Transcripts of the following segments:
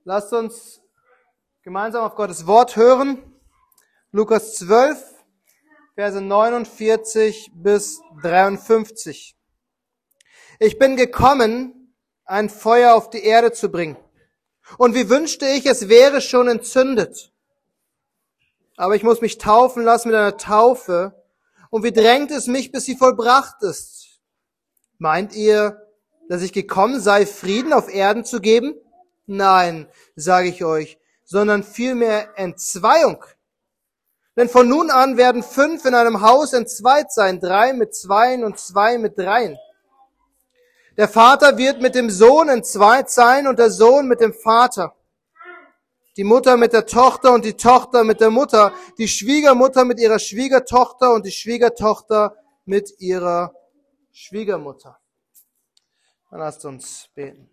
Lasst uns gemeinsam auf Gottes Wort hören. Lukas 12, Verse 49 bis 53. Ich bin gekommen, ein Feuer auf die Erde zu bringen. Und wie wünschte ich, es wäre schon entzündet. Aber ich muss mich taufen lassen mit einer Taufe. Und wie drängt es mich, bis sie vollbracht ist? Meint ihr, dass ich gekommen sei, Frieden auf Erden zu geben? Nein, sage ich euch, sondern vielmehr Entzweiung. Denn von nun an werden 5 in einem Haus entzweit sein, 3 mit 2 und 2 mit 3. Der Vater wird mit dem Sohn entzweit sein und der Sohn mit dem Vater. Die Mutter mit der Tochter und die Tochter mit der Mutter, die Schwiegermutter mit ihrer Schwiegertochter und die Schwiegertochter mit ihrer Schwiegermutter. Dann lasst uns beten.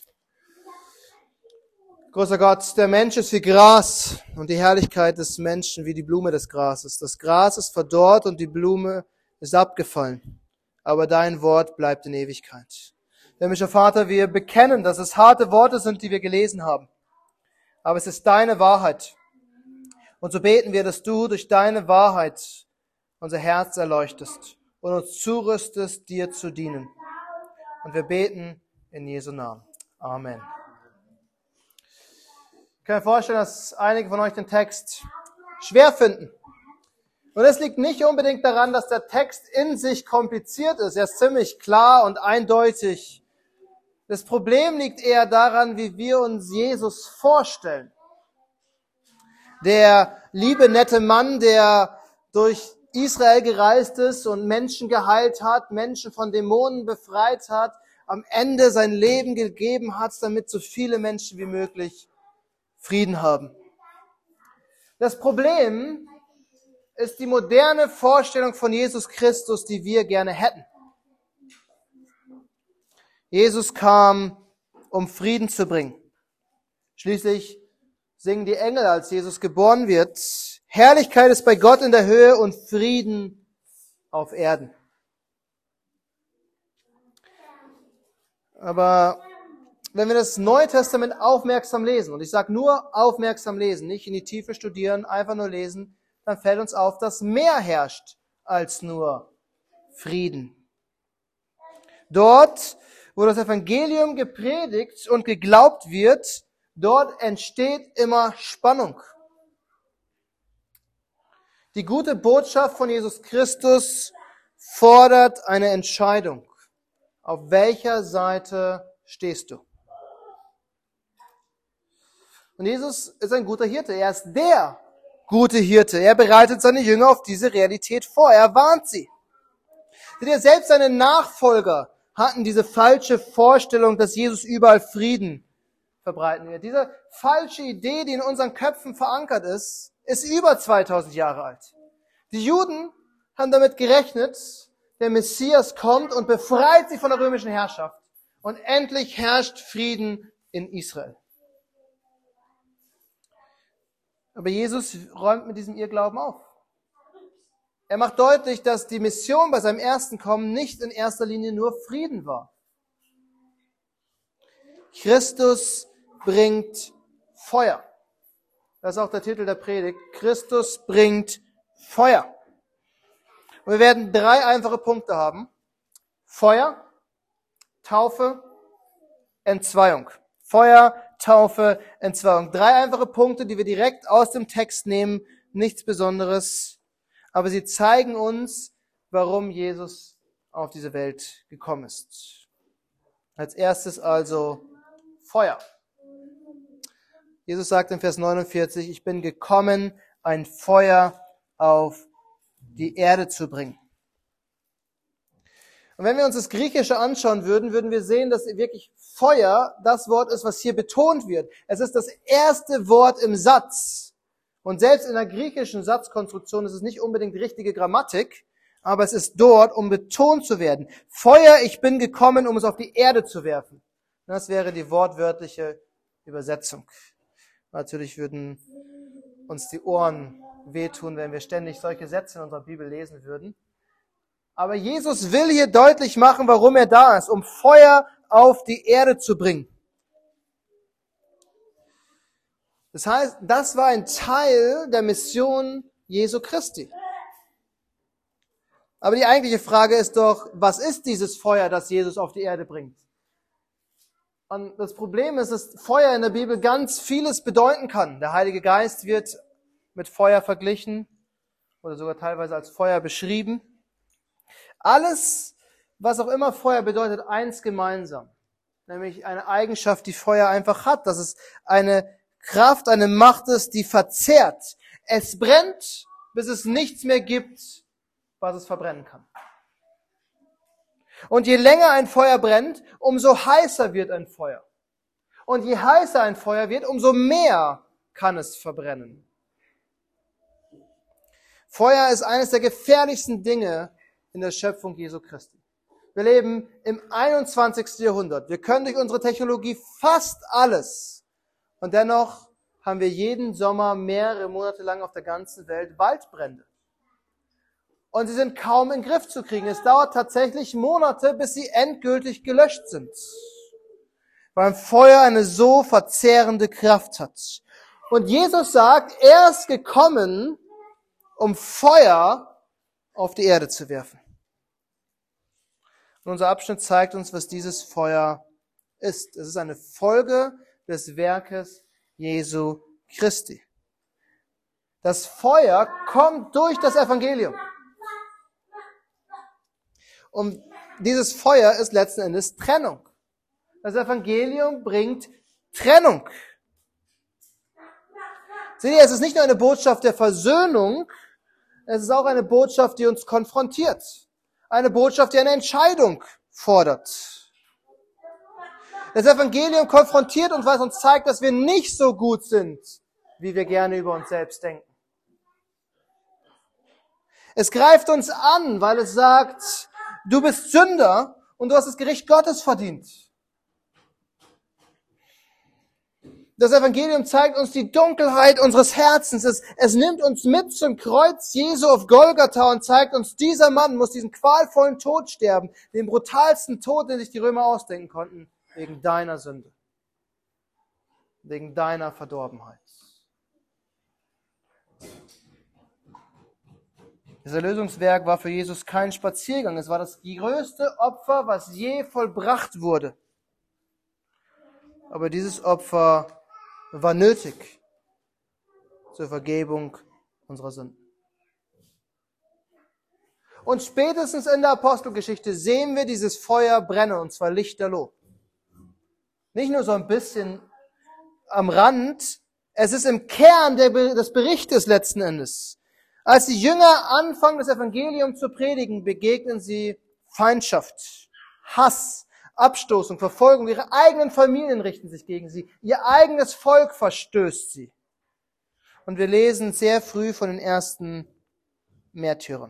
Großer Gott, der Mensch ist wie Gras und die Herrlichkeit des Menschen wie die Blume des Grases. Das Gras ist verdorrt und die Blume ist abgefallen, aber dein Wort bleibt in Ewigkeit. Himmlischer Vater, wir bekennen, dass es harte Worte sind, die wir gelesen haben, aber es ist deine Wahrheit. Und so beten wir, dass du durch deine Wahrheit unser Herz erleuchtest und uns zurüstest, dir zu dienen. Und wir beten in Jesu Namen. Amen. Ich kann mir vorstellen, dass einige von euch den Text schwer finden. Und es liegt nicht unbedingt daran, dass der Text in sich kompliziert ist. Er ist ziemlich klar und eindeutig. Das Problem liegt eher daran, wie wir uns Jesus vorstellen. Der liebe, nette Mann, der durch Israel gereist ist und Menschen geheilt hat, Menschen von Dämonen befreit hat, am Ende sein Leben gegeben hat, damit so viele Menschen wie möglich Frieden haben. Das Problem ist die moderne Vorstellung von Jesus Christus, die wir gerne hätten. Jesus kam, um Frieden zu bringen. Schließlich singen die Engel, als Jesus geboren wird: Herrlichkeit ist bei Gott in der Höhe und Frieden auf Erden. Aber wenn wir das Neue Testament aufmerksam lesen, und ich sage nur aufmerksam lesen, nicht in die Tiefe studieren, einfach nur lesen, dann fällt uns auf, dass mehr herrscht als nur Frieden. Dort, wo das Evangelium gepredigt und geglaubt wird, dort entsteht immer Spannung. Die gute Botschaft von Jesus Christus fordert eine Entscheidung. Auf welcher Seite stehst du? Und Jesus ist ein guter Hirte. Er ist der gute Hirte. Er bereitet seine Jünger auf diese Realität vor. Er warnt sie. Denn selbst seine Nachfolger hatten diese falsche Vorstellung, dass Jesus überall Frieden verbreiten wird. Diese falsche Idee, die in unseren Köpfen verankert ist über 2000 Jahre alt. Die Juden haben damit gerechnet, der Messias kommt und befreit sie von der römischen Herrschaft. Und endlich herrscht Frieden in Israel. Aber Jesus räumt mit diesem Irrglauben auf. Er macht deutlich, dass die Mission bei seinem ersten Kommen nicht in erster Linie nur Frieden war. Christus bringt Feuer. Das ist auch der Titel der Predigt. Christus bringt Feuer. Und wir werden 3 einfache Punkte haben. Feuer, Taufe, Entzweiung. Feuer, Taufe, Entzweiung. 3 einfache Punkte, die wir direkt aus dem Text nehmen. Nichts Besonderes. Aber sie zeigen uns, warum Jesus auf diese Welt gekommen ist. Als erstes also Feuer. Jesus sagt in Vers 49, ich bin gekommen, ein Feuer auf die Erde zu bringen. Und wenn wir uns das Griechische anschauen würden, würden wir sehen, dass wirklich Feuer das Wort ist, was hier betont wird. Es ist das erste Wort im Satz. Und selbst in der griechischen Satzkonstruktion ist es nicht unbedingt richtige Grammatik, aber es ist dort, um betont zu werden. Feuer, ich bin gekommen, um es auf die Erde zu werfen. Das wäre die wortwörtliche Übersetzung. Natürlich würden uns die Ohren wehtun, wenn wir ständig solche Sätze in unserer Bibel lesen würden. Aber Jesus will hier deutlich machen, warum er da ist, um Feuer auf die Erde zu bringen. Das heißt, das war ein Teil der Mission Jesu Christi. Aber die eigentliche Frage ist doch, was ist dieses Feuer, das Jesus auf die Erde bringt? Und das Problem ist, dass Feuer in der Bibel ganz vieles bedeuten kann. Der Heilige Geist wird mit Feuer verglichen oder sogar teilweise als Feuer beschrieben. Alles, was auch immer Feuer bedeutet, eins gemeinsam. Nämlich eine Eigenschaft, die Feuer einfach hat. Dass es eine Kraft, eine Macht ist, die verzehrt. Es brennt, bis es nichts mehr gibt, was es verbrennen kann. Und je länger ein Feuer brennt, umso heißer wird ein Feuer. Und je heißer ein Feuer wird, umso mehr kann es verbrennen. Feuer ist eines der gefährlichsten Dinge in der Schöpfung Jesu Christi. Wir leben im 21. Jahrhundert. Wir können durch unsere Technologie fast alles. Und dennoch haben wir jeden Sommer mehrere Monate lang auf der ganzen Welt Waldbrände. Und sie sind kaum in den Griff zu kriegen. Es dauert tatsächlich Monate, bis sie endgültig gelöscht sind. Weil Feuer eine so verzehrende Kraft hat. Und Jesus sagt, er ist gekommen, um Feuer auf die Erde zu werfen. Und unser Abschnitt zeigt uns, was dieses Feuer ist. Es ist eine Folge des Werkes Jesu Christi. Das Feuer kommt durch das Evangelium. Und dieses Feuer ist letzten Endes Trennung. Das Evangelium bringt Trennung. Seht ihr, es ist nicht nur eine Botschaft der Versöhnung, es ist auch eine Botschaft, die uns konfrontiert. Eine Botschaft, die eine Entscheidung fordert. Das Evangelium konfrontiert uns, weil es uns zeigt, dass wir nicht so gut sind, wie wir gerne über uns selbst denken. Es greift uns an, weil es sagt, du bist Sünder und du hast das Gericht Gottes verdient. Das Evangelium zeigt uns die Dunkelheit unseres Herzens. Es nimmt uns mit zum Kreuz Jesu auf Golgatha und zeigt uns, dieser Mann muss diesen qualvollen Tod sterben, den brutalsten Tod, den sich die Römer ausdenken konnten, wegen deiner Sünde, wegen deiner Verdorbenheit. Das Erlösungswerk war für Jesus kein Spaziergang. Es war das größte Opfer, was je vollbracht wurde. Aber dieses Opfer war nötig zur Vergebung unserer Sünden. Und spätestens in der Apostelgeschichte sehen wir dieses Feuer brennen, und zwar lichterloh. Nicht nur so ein bisschen am Rand, es ist im Kern des Berichtes letzten Endes. Als die Jünger anfangen, das Evangelium zu predigen, begegnen sie Feindschaft, Hass, Abstoßung, Verfolgung. Ihre eigenen Familien richten sich gegen sie. Ihr eigenes Volk verstößt sie. Und wir lesen sehr früh von den ersten Märtyrern.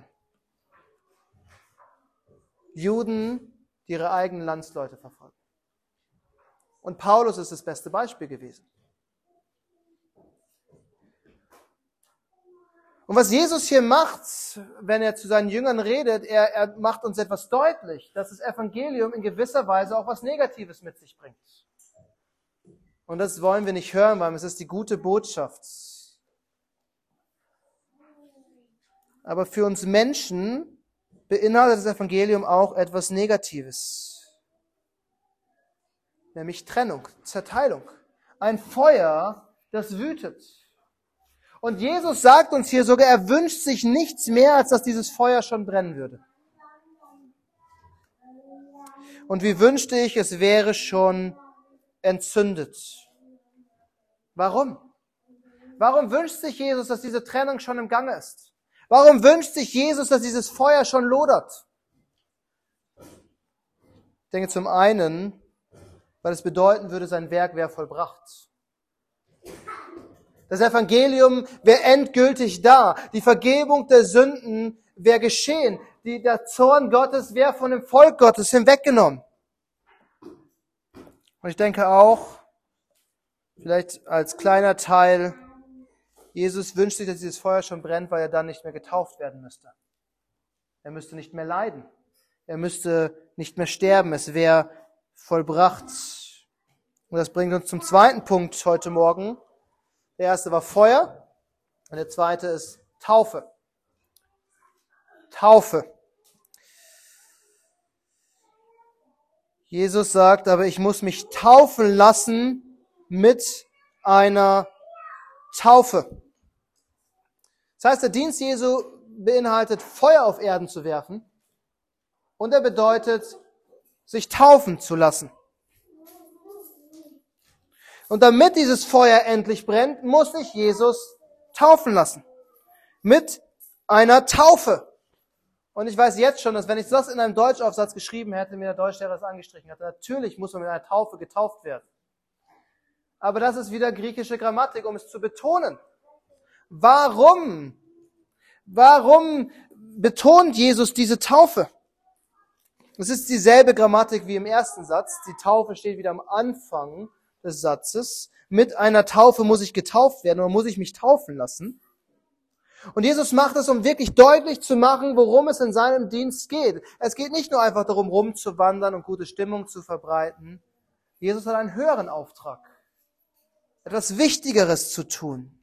Juden, die ihre eigenen Landsleute verfolgen. Und Paulus ist das beste Beispiel gewesen. Und was Jesus hier macht, wenn er zu seinen Jüngern redet, er macht uns etwas deutlich, dass das Evangelium in gewisser Weise auch was Negatives mit sich bringt. Und das wollen wir nicht hören, weil es ist die gute Botschaft. Aber für uns Menschen beinhaltet das Evangelium auch etwas Negatives. Nämlich Trennung, Zerteilung. Ein Feuer, das wütet. Und Jesus sagt uns hier sogar, er wünscht sich nichts mehr, als dass dieses Feuer schon brennen würde. Und wie wünschte ich, es wäre schon entzündet. Warum? Warum wünscht sich Jesus, dass diese Trennung schon im Gange ist? Warum wünscht sich Jesus, dass dieses Feuer schon lodert? Ich denke zum einen, weil es bedeuten würde, sein Werk wäre vollbracht. Das Evangelium wäre endgültig da. Die Vergebung der Sünden wäre geschehen. Der Zorn Gottes wäre von dem Volk Gottes hinweggenommen. Und ich denke auch, vielleicht als kleiner Teil, Jesus wünscht sich, dass dieses Feuer schon brennt, weil er dann nicht mehr getauft werden müsste. Er müsste nicht mehr leiden. Er müsste nicht mehr sterben. Es wäre vollbracht. Und das bringt uns zum zweiten Punkt heute Morgen. Der erste war Feuer und der zweite ist Taufe. Taufe. Jesus sagt, aber ich muss mich taufen lassen mit einer Taufe. Das heißt, der Dienst Jesu beinhaltet, Feuer auf Erden zu werfen und er bedeutet, sich taufen zu lassen. Und damit dieses Feuer endlich brennt, muss sich Jesus taufen lassen. Mit einer Taufe. Und ich weiß jetzt schon, dass wenn ich das in einem Deutschaufsatz geschrieben hätte, mir der Deutschlehrer das angestrichen hätte. Natürlich muss man mit einer Taufe getauft werden. Aber das ist wieder griechische Grammatik, um es zu betonen. Warum betont Jesus diese Taufe? Es ist dieselbe Grammatik wie im ersten Satz. Die Taufe steht wieder am Anfang des Satzes. Mit einer Taufe muss ich getauft werden oder muss ich mich taufen lassen. Und Jesus macht es, um wirklich deutlich zu machen, worum es in seinem Dienst geht. Es geht nicht nur einfach darum, rumzuwandern und gute Stimmung zu verbreiten. Jesus hat einen höheren Auftrag. Etwas Wichtigeres zu tun.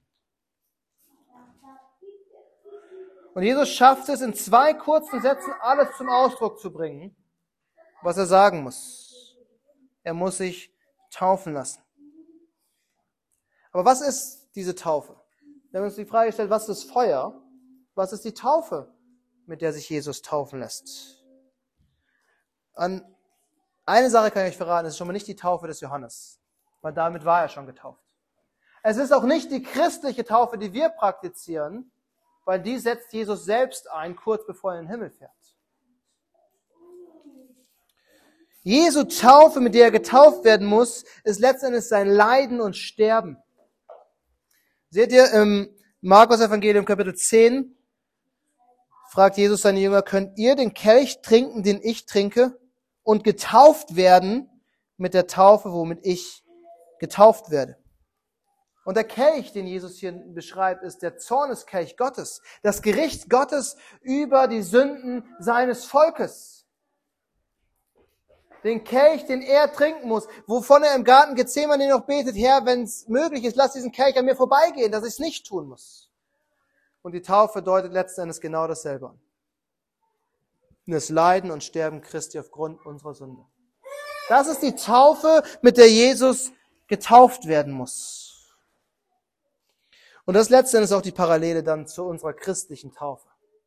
Und Jesus schafft es, in 2 kurzen Sätzen alles zum Ausdruck zu bringen, was er sagen muss. Er muss sich taufen lassen. Aber was ist diese Taufe? Wir haben uns die Frage gestellt, was ist das Feuer? Was ist die Taufe, mit der sich Jesus taufen lässt? An eine Sache kann ich euch verraten, es ist schon mal nicht die Taufe des Johannes, weil damit war er schon getauft. Es ist auch nicht die christliche Taufe, die wir praktizieren, weil die setzt Jesus selbst ein, kurz bevor er in den Himmel fährt. Jesu Taufe, mit der er getauft werden muss, ist letztendlich sein Leiden und Sterben. Seht ihr, im Markus-Evangelium Kapitel 10 fragt Jesus seine Jünger, könnt ihr den Kelch trinken, den ich trinke, und getauft werden mit der Taufe, womit ich getauft werde? Und der Kelch, den Jesus hier beschreibt, ist der Zorneskelch Gottes, das Gericht Gottes über die Sünden seines Volkes. Den Kelch, den er trinken muss, wovon er im Garten Gethsemane noch betet, Herr, wenn es möglich ist, lass diesen Kelch an mir vorbeigehen, dass ich es nicht tun muss. Und die Taufe deutet letzten Endes genau dasselbe an. Das Leiden und Sterben Christi aufgrund unserer Sünde. Das ist die Taufe, mit der Jesus getauft werden muss. Und das letzten Endes auch die Parallele dann zu unserer christlichen Taufe.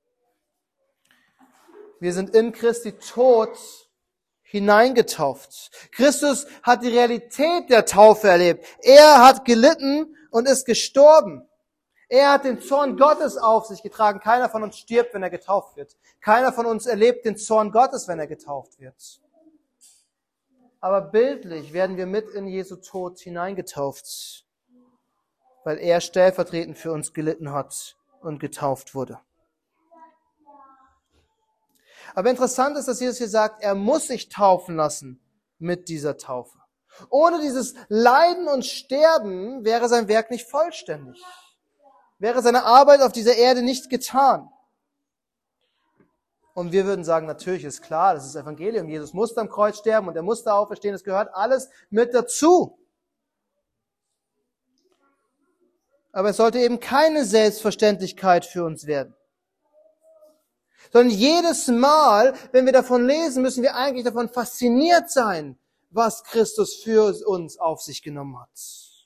Wir sind in Christi Tod hineingetauft. Christus hat die Realität der Taufe erlebt. Er hat gelitten und ist gestorben. Er hat den Zorn Gottes auf sich getragen. Keiner von uns stirbt, wenn er getauft wird. Keiner von uns erlebt den Zorn Gottes, wenn er getauft wird. Aber bildlich werden wir mit in Jesu Tod hineingetauft, weil er stellvertretend für uns gelitten hat und getauft wurde. Aber interessant ist, dass Jesus hier sagt, er muss sich taufen lassen mit dieser Taufe. Ohne dieses Leiden und Sterben wäre sein Werk nicht vollständig. Wäre seine Arbeit auf dieser Erde nicht getan. Und wir würden sagen, natürlich ist klar, das ist das Evangelium. Jesus musste am Kreuz sterben und er musste auferstehen. Das gehört alles mit dazu. Aber es sollte eben keine Selbstverständlichkeit für uns werden. Sondern jedes Mal, wenn wir davon lesen, müssen wir eigentlich davon fasziniert sein, was Christus für uns auf sich genommen hat.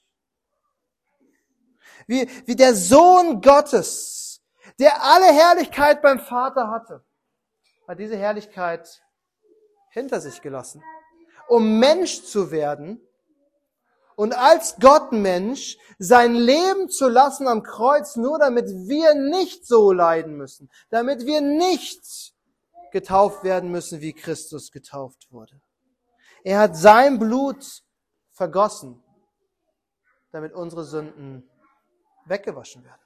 Wie der Sohn Gottes, der alle Herrlichkeit beim Vater hatte, hat diese Herrlichkeit hinter sich gelassen, um Mensch zu werden und als Gottmensch sein Leben zu lassen am Kreuz, nur damit wir nicht so leiden müssen, damit wir nicht getauft werden müssen, wie Christus getauft wurde. Er hat sein Blut vergossen, damit unsere Sünden weggewaschen werden.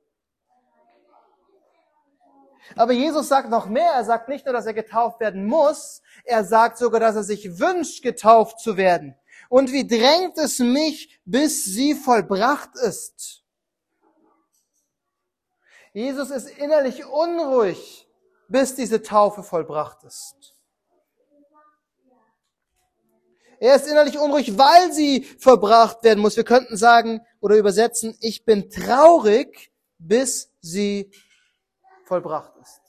Aber Jesus sagt noch mehr. Er sagt nicht nur, dass er getauft werden muss, er sagt sogar, dass er sich wünscht, getauft zu werden. Und wie drängt es mich, bis sie vollbracht ist? Jesus ist innerlich unruhig, bis diese Taufe vollbracht ist. Er ist innerlich unruhig, weil sie vollbracht werden muss. Wir könnten sagen oder übersetzen, ich bin traurig, bis sie vollbracht ist.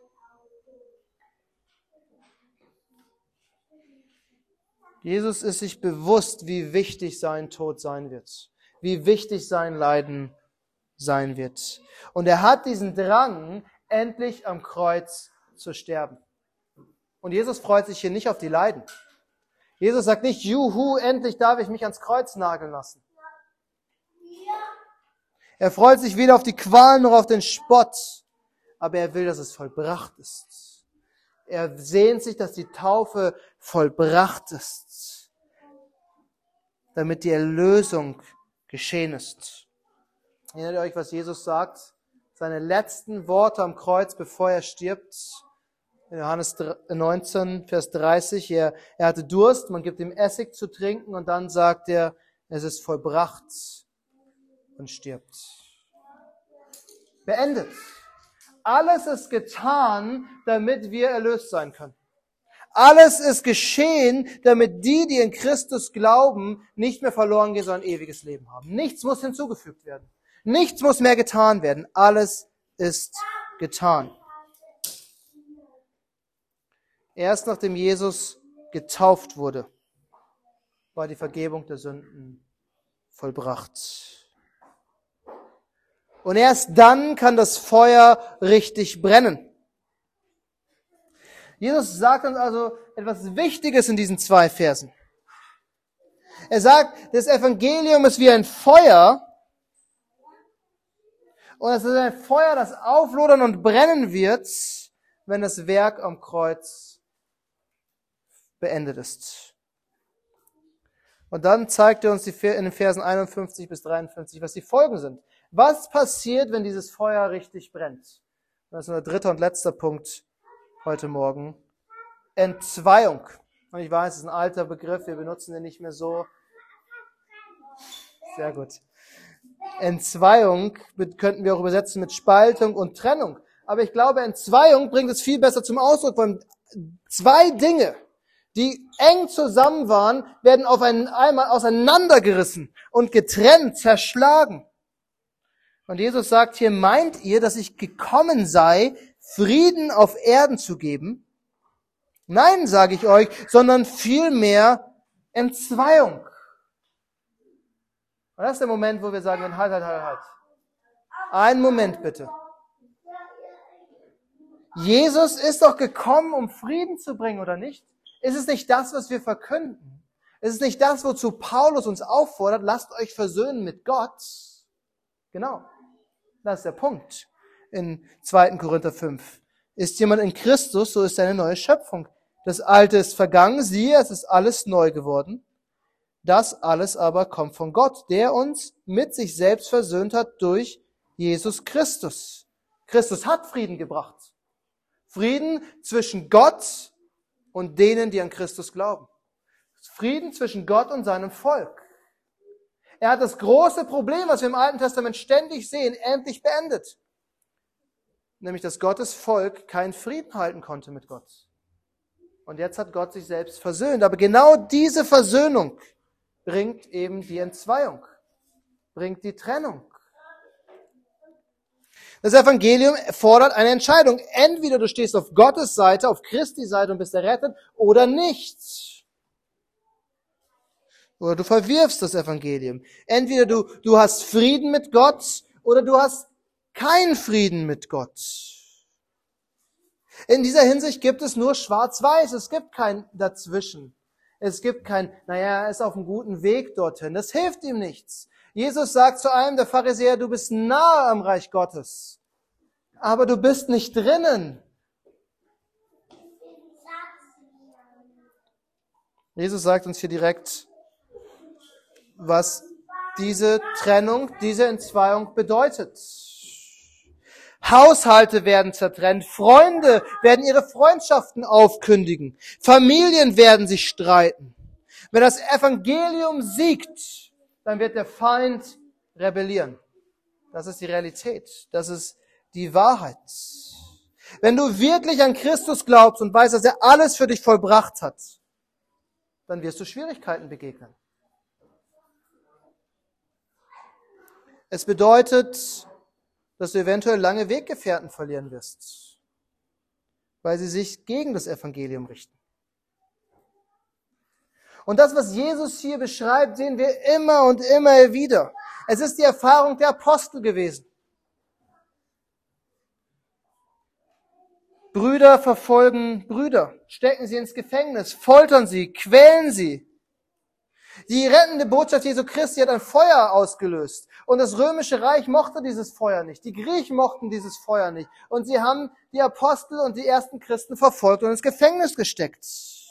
Jesus ist sich bewusst, wie wichtig sein Tod sein wird, wie wichtig sein Leiden sein wird. Und er hat diesen Drang, endlich am Kreuz zu sterben. Und Jesus freut sich hier nicht auf die Leiden. Jesus sagt nicht, juhu, endlich darf ich mich ans Kreuz nageln lassen. Er freut sich weder auf die Qualen noch auf den Spott, aber er will, dass es vollbracht ist. Er sehnt sich, dass die Taufe vollbracht ist, damit die Erlösung geschehen ist. Erinnert ihr euch, was Jesus sagt? Seine letzten Worte am Kreuz, bevor er stirbt. In Johannes 19, Vers 30. Er hatte Durst, man gibt ihm Essig zu trinken und dann sagt er, es ist vollbracht und stirbt. Beendet. Alles ist getan, damit wir erlöst sein können. Alles ist geschehen, damit die, die in Christus glauben, nicht mehr verloren gehen, sondern ewiges Leben haben. Nichts muss hinzugefügt werden. Nichts muss mehr getan werden. Alles ist getan. Erst nachdem Jesus getauft wurde, war die Vergebung der Sünden vollbracht. Und erst dann kann das Feuer richtig brennen. Jesus sagt uns also etwas Wichtiges in diesen 2 Versen. Er sagt, das Evangelium ist wie ein Feuer. Und es ist ein Feuer, das auflodern und brennen wird, wenn das Werk am Kreuz beendet ist. Und dann zeigt er uns in den Versen 51 bis 53, was die Folgen sind. Was passiert, wenn dieses Feuer richtig brennt? Das ist unser 3. und letzter Punkt heute Morgen. Entzweiung. Und ich weiß, es ist ein alter Begriff, wir benutzen den nicht mehr so. Sehr gut. Entzweiung könnten wir auch übersetzen mit Spaltung und Trennung. Aber ich glaube, Entzweiung bringt es viel besser zum Ausdruck, weil 2 Dinge, die eng zusammen waren, werden auf einmal auseinandergerissen und getrennt, zerschlagen. Und Jesus sagt hier, meint ihr, dass ich gekommen sei, Frieden auf Erden zu geben? Nein, sage ich euch, sondern vielmehr Entzweiung. Und das ist der Moment, wo wir sagen, halt. Einen Moment bitte. Jesus ist doch gekommen, um Frieden zu bringen, oder nicht? Ist es nicht das, was wir verkünden? Ist es nicht das, wozu Paulus uns auffordert? Lasst euch versöhnen mit Gott. Genau. Das ist der Punkt. In 2. Korinther 5. Ist jemand in Christus, so ist er eine neue Schöpfung. Das Alte ist vergangen, siehe, es ist alles neu geworden. Das alles aber kommt von Gott, der uns mit sich selbst versöhnt hat durch Jesus Christus. Christus hat Frieden gebracht. Frieden zwischen Gott und denen, die an Christus glauben. Frieden zwischen Gott und seinem Volk. Er hat das große Problem, was wir im Alten Testament ständig sehen, endlich beendet. Nämlich, dass Gottes Volk keinen Frieden halten konnte mit Gott. Und jetzt hat Gott sich selbst versöhnt. Aber genau diese Versöhnung bringt eben die Entzweiung, bringt die Trennung. Das Evangelium fordert eine Entscheidung. Entweder du stehst auf Gottes Seite, auf Christi Seite und bist errettet, oder nicht. Oder du verwirfst das Evangelium. Entweder du hast Frieden mit Gott, oder du hast keinen Frieden mit Gott. In dieser Hinsicht gibt es nur schwarz-weiß. Es gibt kein Dazwischen. Es gibt kein, er ist auf einem guten Weg dorthin. Das hilft ihm nichts. Jesus sagt zu einem der Pharisäer, du bist nahe am Reich Gottes, aber du bist nicht drinnen. Jesus sagt uns hier direkt, was diese Trennung, diese Entzweiung bedeutet. Haushalte werden zertrennt, Freunde werden ihre Freundschaften aufkündigen, Familien werden sich streiten. Wenn das Evangelium siegt, dann wird der Feind rebellieren. Das ist die Realität, das ist die Wahrheit. Wenn du wirklich an Christus glaubst und weißt, dass er alles für dich vollbracht hat, dann wirst du Schwierigkeiten begegnen. Es bedeutet, dass du eventuell lange Weggefährten verlieren wirst, weil sie sich gegen das Evangelium richten. Und das, was Jesus hier beschreibt, sehen wir immer und immer wieder. Es ist die Erfahrung der Apostel gewesen. Brüder verfolgen Brüder, stecken sie ins Gefängnis, foltern sie, quälen sie. Die rettende Botschaft Jesu Christi hat ein Feuer ausgelöst. Und das römische Reich mochte dieses Feuer nicht. Die Griechen mochten dieses Feuer nicht. Und sie haben die Apostel und die ersten Christen verfolgt und ins Gefängnis gesteckt.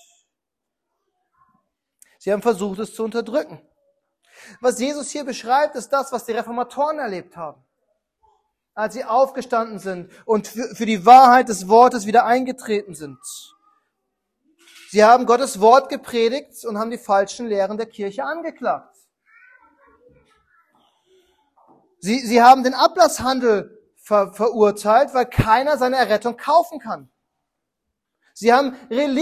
Sie haben versucht, es zu unterdrücken. Was Jesus hier beschreibt, ist das, was die Reformatoren erlebt haben. Als sie aufgestanden sind und für die Wahrheit des Wortes wieder eingetreten sind. Sie haben Gottes Wort gepredigt und haben die falschen Lehren der Kirche angeklagt. Sie haben den Ablasshandel verurteilt, weil keiner seine Errettung kaufen kann. Sie haben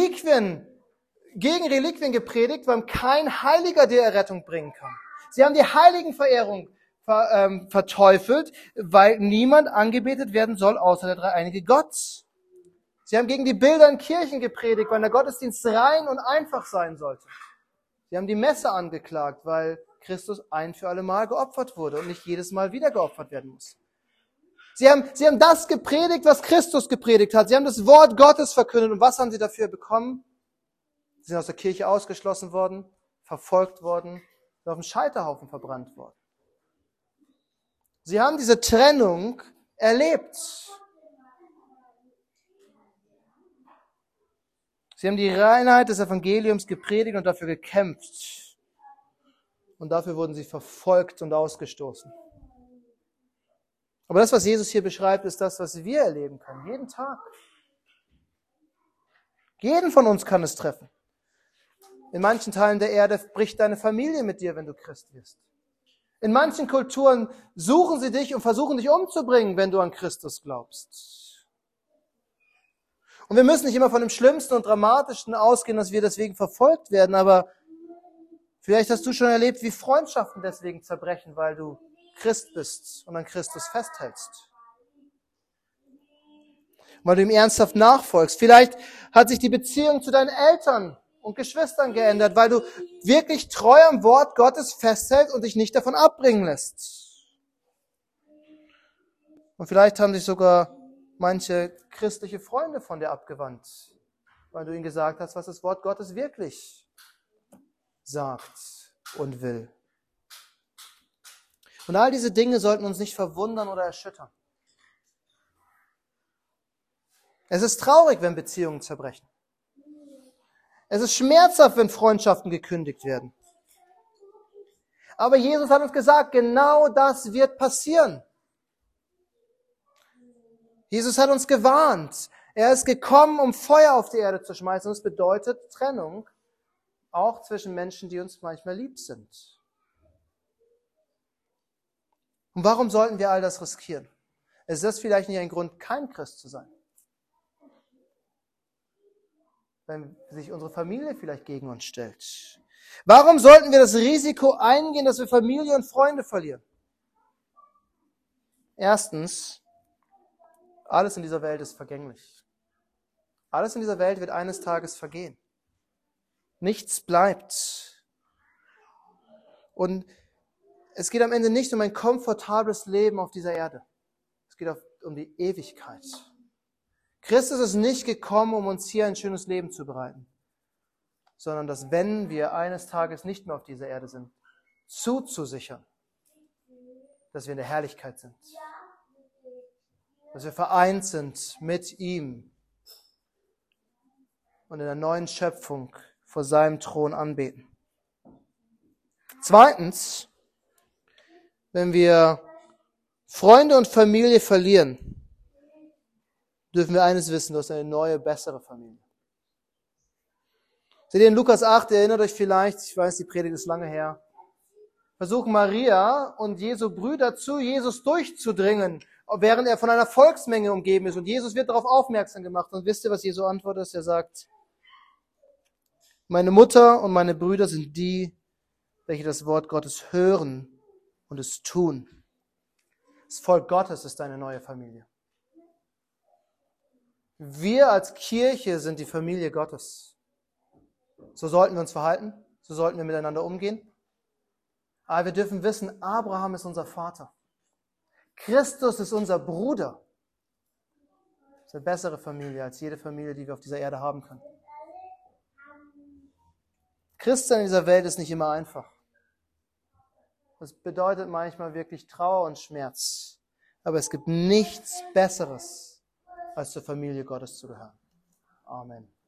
gegen Reliquien gepredigt, weil kein Heiliger die Errettung bringen kann. Sie haben die Heiligenverehrung verteufelt, weil niemand angebetet werden soll, außer der dreieinige Gott. Sie haben gegen die Bilder in Kirchen gepredigt, weil der Gottesdienst rein und einfach sein sollte. Sie haben die Messe angeklagt, weil Christus ein für alle Mal geopfert wurde und nicht jedes Mal wieder geopfert werden muss. Sie haben das gepredigt, was Christus gepredigt hat. Sie haben das Wort Gottes verkündet. Und was haben sie dafür bekommen? Sie sind aus der Kirche ausgeschlossen worden, verfolgt worden und auf dem Scheiterhaufen verbrannt worden. Sie haben diese Trennung erlebt. Sie haben die Reinheit des Evangeliums gepredigt und dafür gekämpft. Und dafür wurden sie verfolgt und ausgestoßen. Aber das, was Jesus hier beschreibt, ist das, was wir erleben können. Jeden Tag. Jeden von uns kann es treffen. In manchen Teilen der Erde bricht deine Familie mit dir, wenn du Christ wirst. In manchen Kulturen suchen sie dich und versuchen dich umzubringen, wenn du an Christus glaubst. Und wir müssen nicht immer von dem Schlimmsten und Dramatischsten ausgehen, dass wir deswegen verfolgt werden, aber vielleicht hast du schon erlebt, wie Freundschaften deswegen zerbrechen, weil du Christ bist und an Christus festhältst. Weil du ihm ernsthaft nachfolgst. Vielleicht hat sich die Beziehung zu deinen Eltern und Geschwistern geändert, weil du wirklich treu am Wort Gottes festhältst und dich nicht davon abbringen lässt. Und vielleicht haben sich sogar manche christliche Freunde von dir abgewandt, weil du ihnen gesagt hast, was das Wort Gottes wirklich sagt und will. Und all diese Dinge sollten uns nicht verwundern oder erschüttern. Es ist traurig, wenn Beziehungen zerbrechen. Es ist schmerzhaft, wenn Freundschaften gekündigt werden. Aber Jesus hat uns gesagt, genau das wird passieren. Jesus hat uns gewarnt. Er ist gekommen, um Feuer auf die Erde zu schmeißen. Und das bedeutet Trennung, auch zwischen Menschen, die uns manchmal lieb sind. Und warum sollten wir all das riskieren? Ist das vielleicht nicht ein Grund, kein Christ zu sein? Wenn sich unsere Familie vielleicht gegen uns stellt. Warum sollten wir das Risiko eingehen, dass wir Familie und Freunde verlieren? Erstens, alles in dieser Welt ist vergänglich. Alles in dieser Welt wird eines Tages vergehen. Nichts bleibt. Und es geht am Ende nicht um ein komfortables Leben auf dieser Erde. Es geht um die Ewigkeit. Christus ist nicht gekommen, um uns hier ein schönes Leben zu bereiten, sondern dass, wenn wir eines Tages nicht mehr auf dieser Erde sind, zuzusichern, dass wir in der Herrlichkeit sind. Dass wir vereint sind mit ihm und in der neuen Schöpfung vor seinem Thron anbeten. Zweitens, wenn wir Freunde und Familie verlieren, dürfen wir eines wissen, du hast eine neue, bessere Familie. Seht ihr in Lukas 8, ihr erinnert euch vielleicht, ich weiß, die Predigt ist lange her, versuchen Maria und Jesu Brüder zu Jesus durchzudringen, während er von einer Volksmenge umgeben ist. Und Jesus wird darauf aufmerksam gemacht. Und wisst ihr, was Jesu Antwort ist? Er sagt, Meine Mutter und meine Brüder sind die, welche das Wort Gottes hören und es tun. Das Volk Gottes ist deine neue Familie. Wir als Kirche sind die Familie Gottes. So sollten wir uns verhalten, so sollten wir miteinander umgehen. Aber wir dürfen wissen, Abraham ist unser Vater. Christus ist unser Bruder. Das ist eine bessere Familie als jede Familie, die wir auf dieser Erde haben können. Christsein in dieser Welt ist nicht immer einfach. Das bedeutet manchmal wirklich Trauer und Schmerz. Aber es gibt nichts Besseres, als zur Familie Gottes zu gehören. Amen.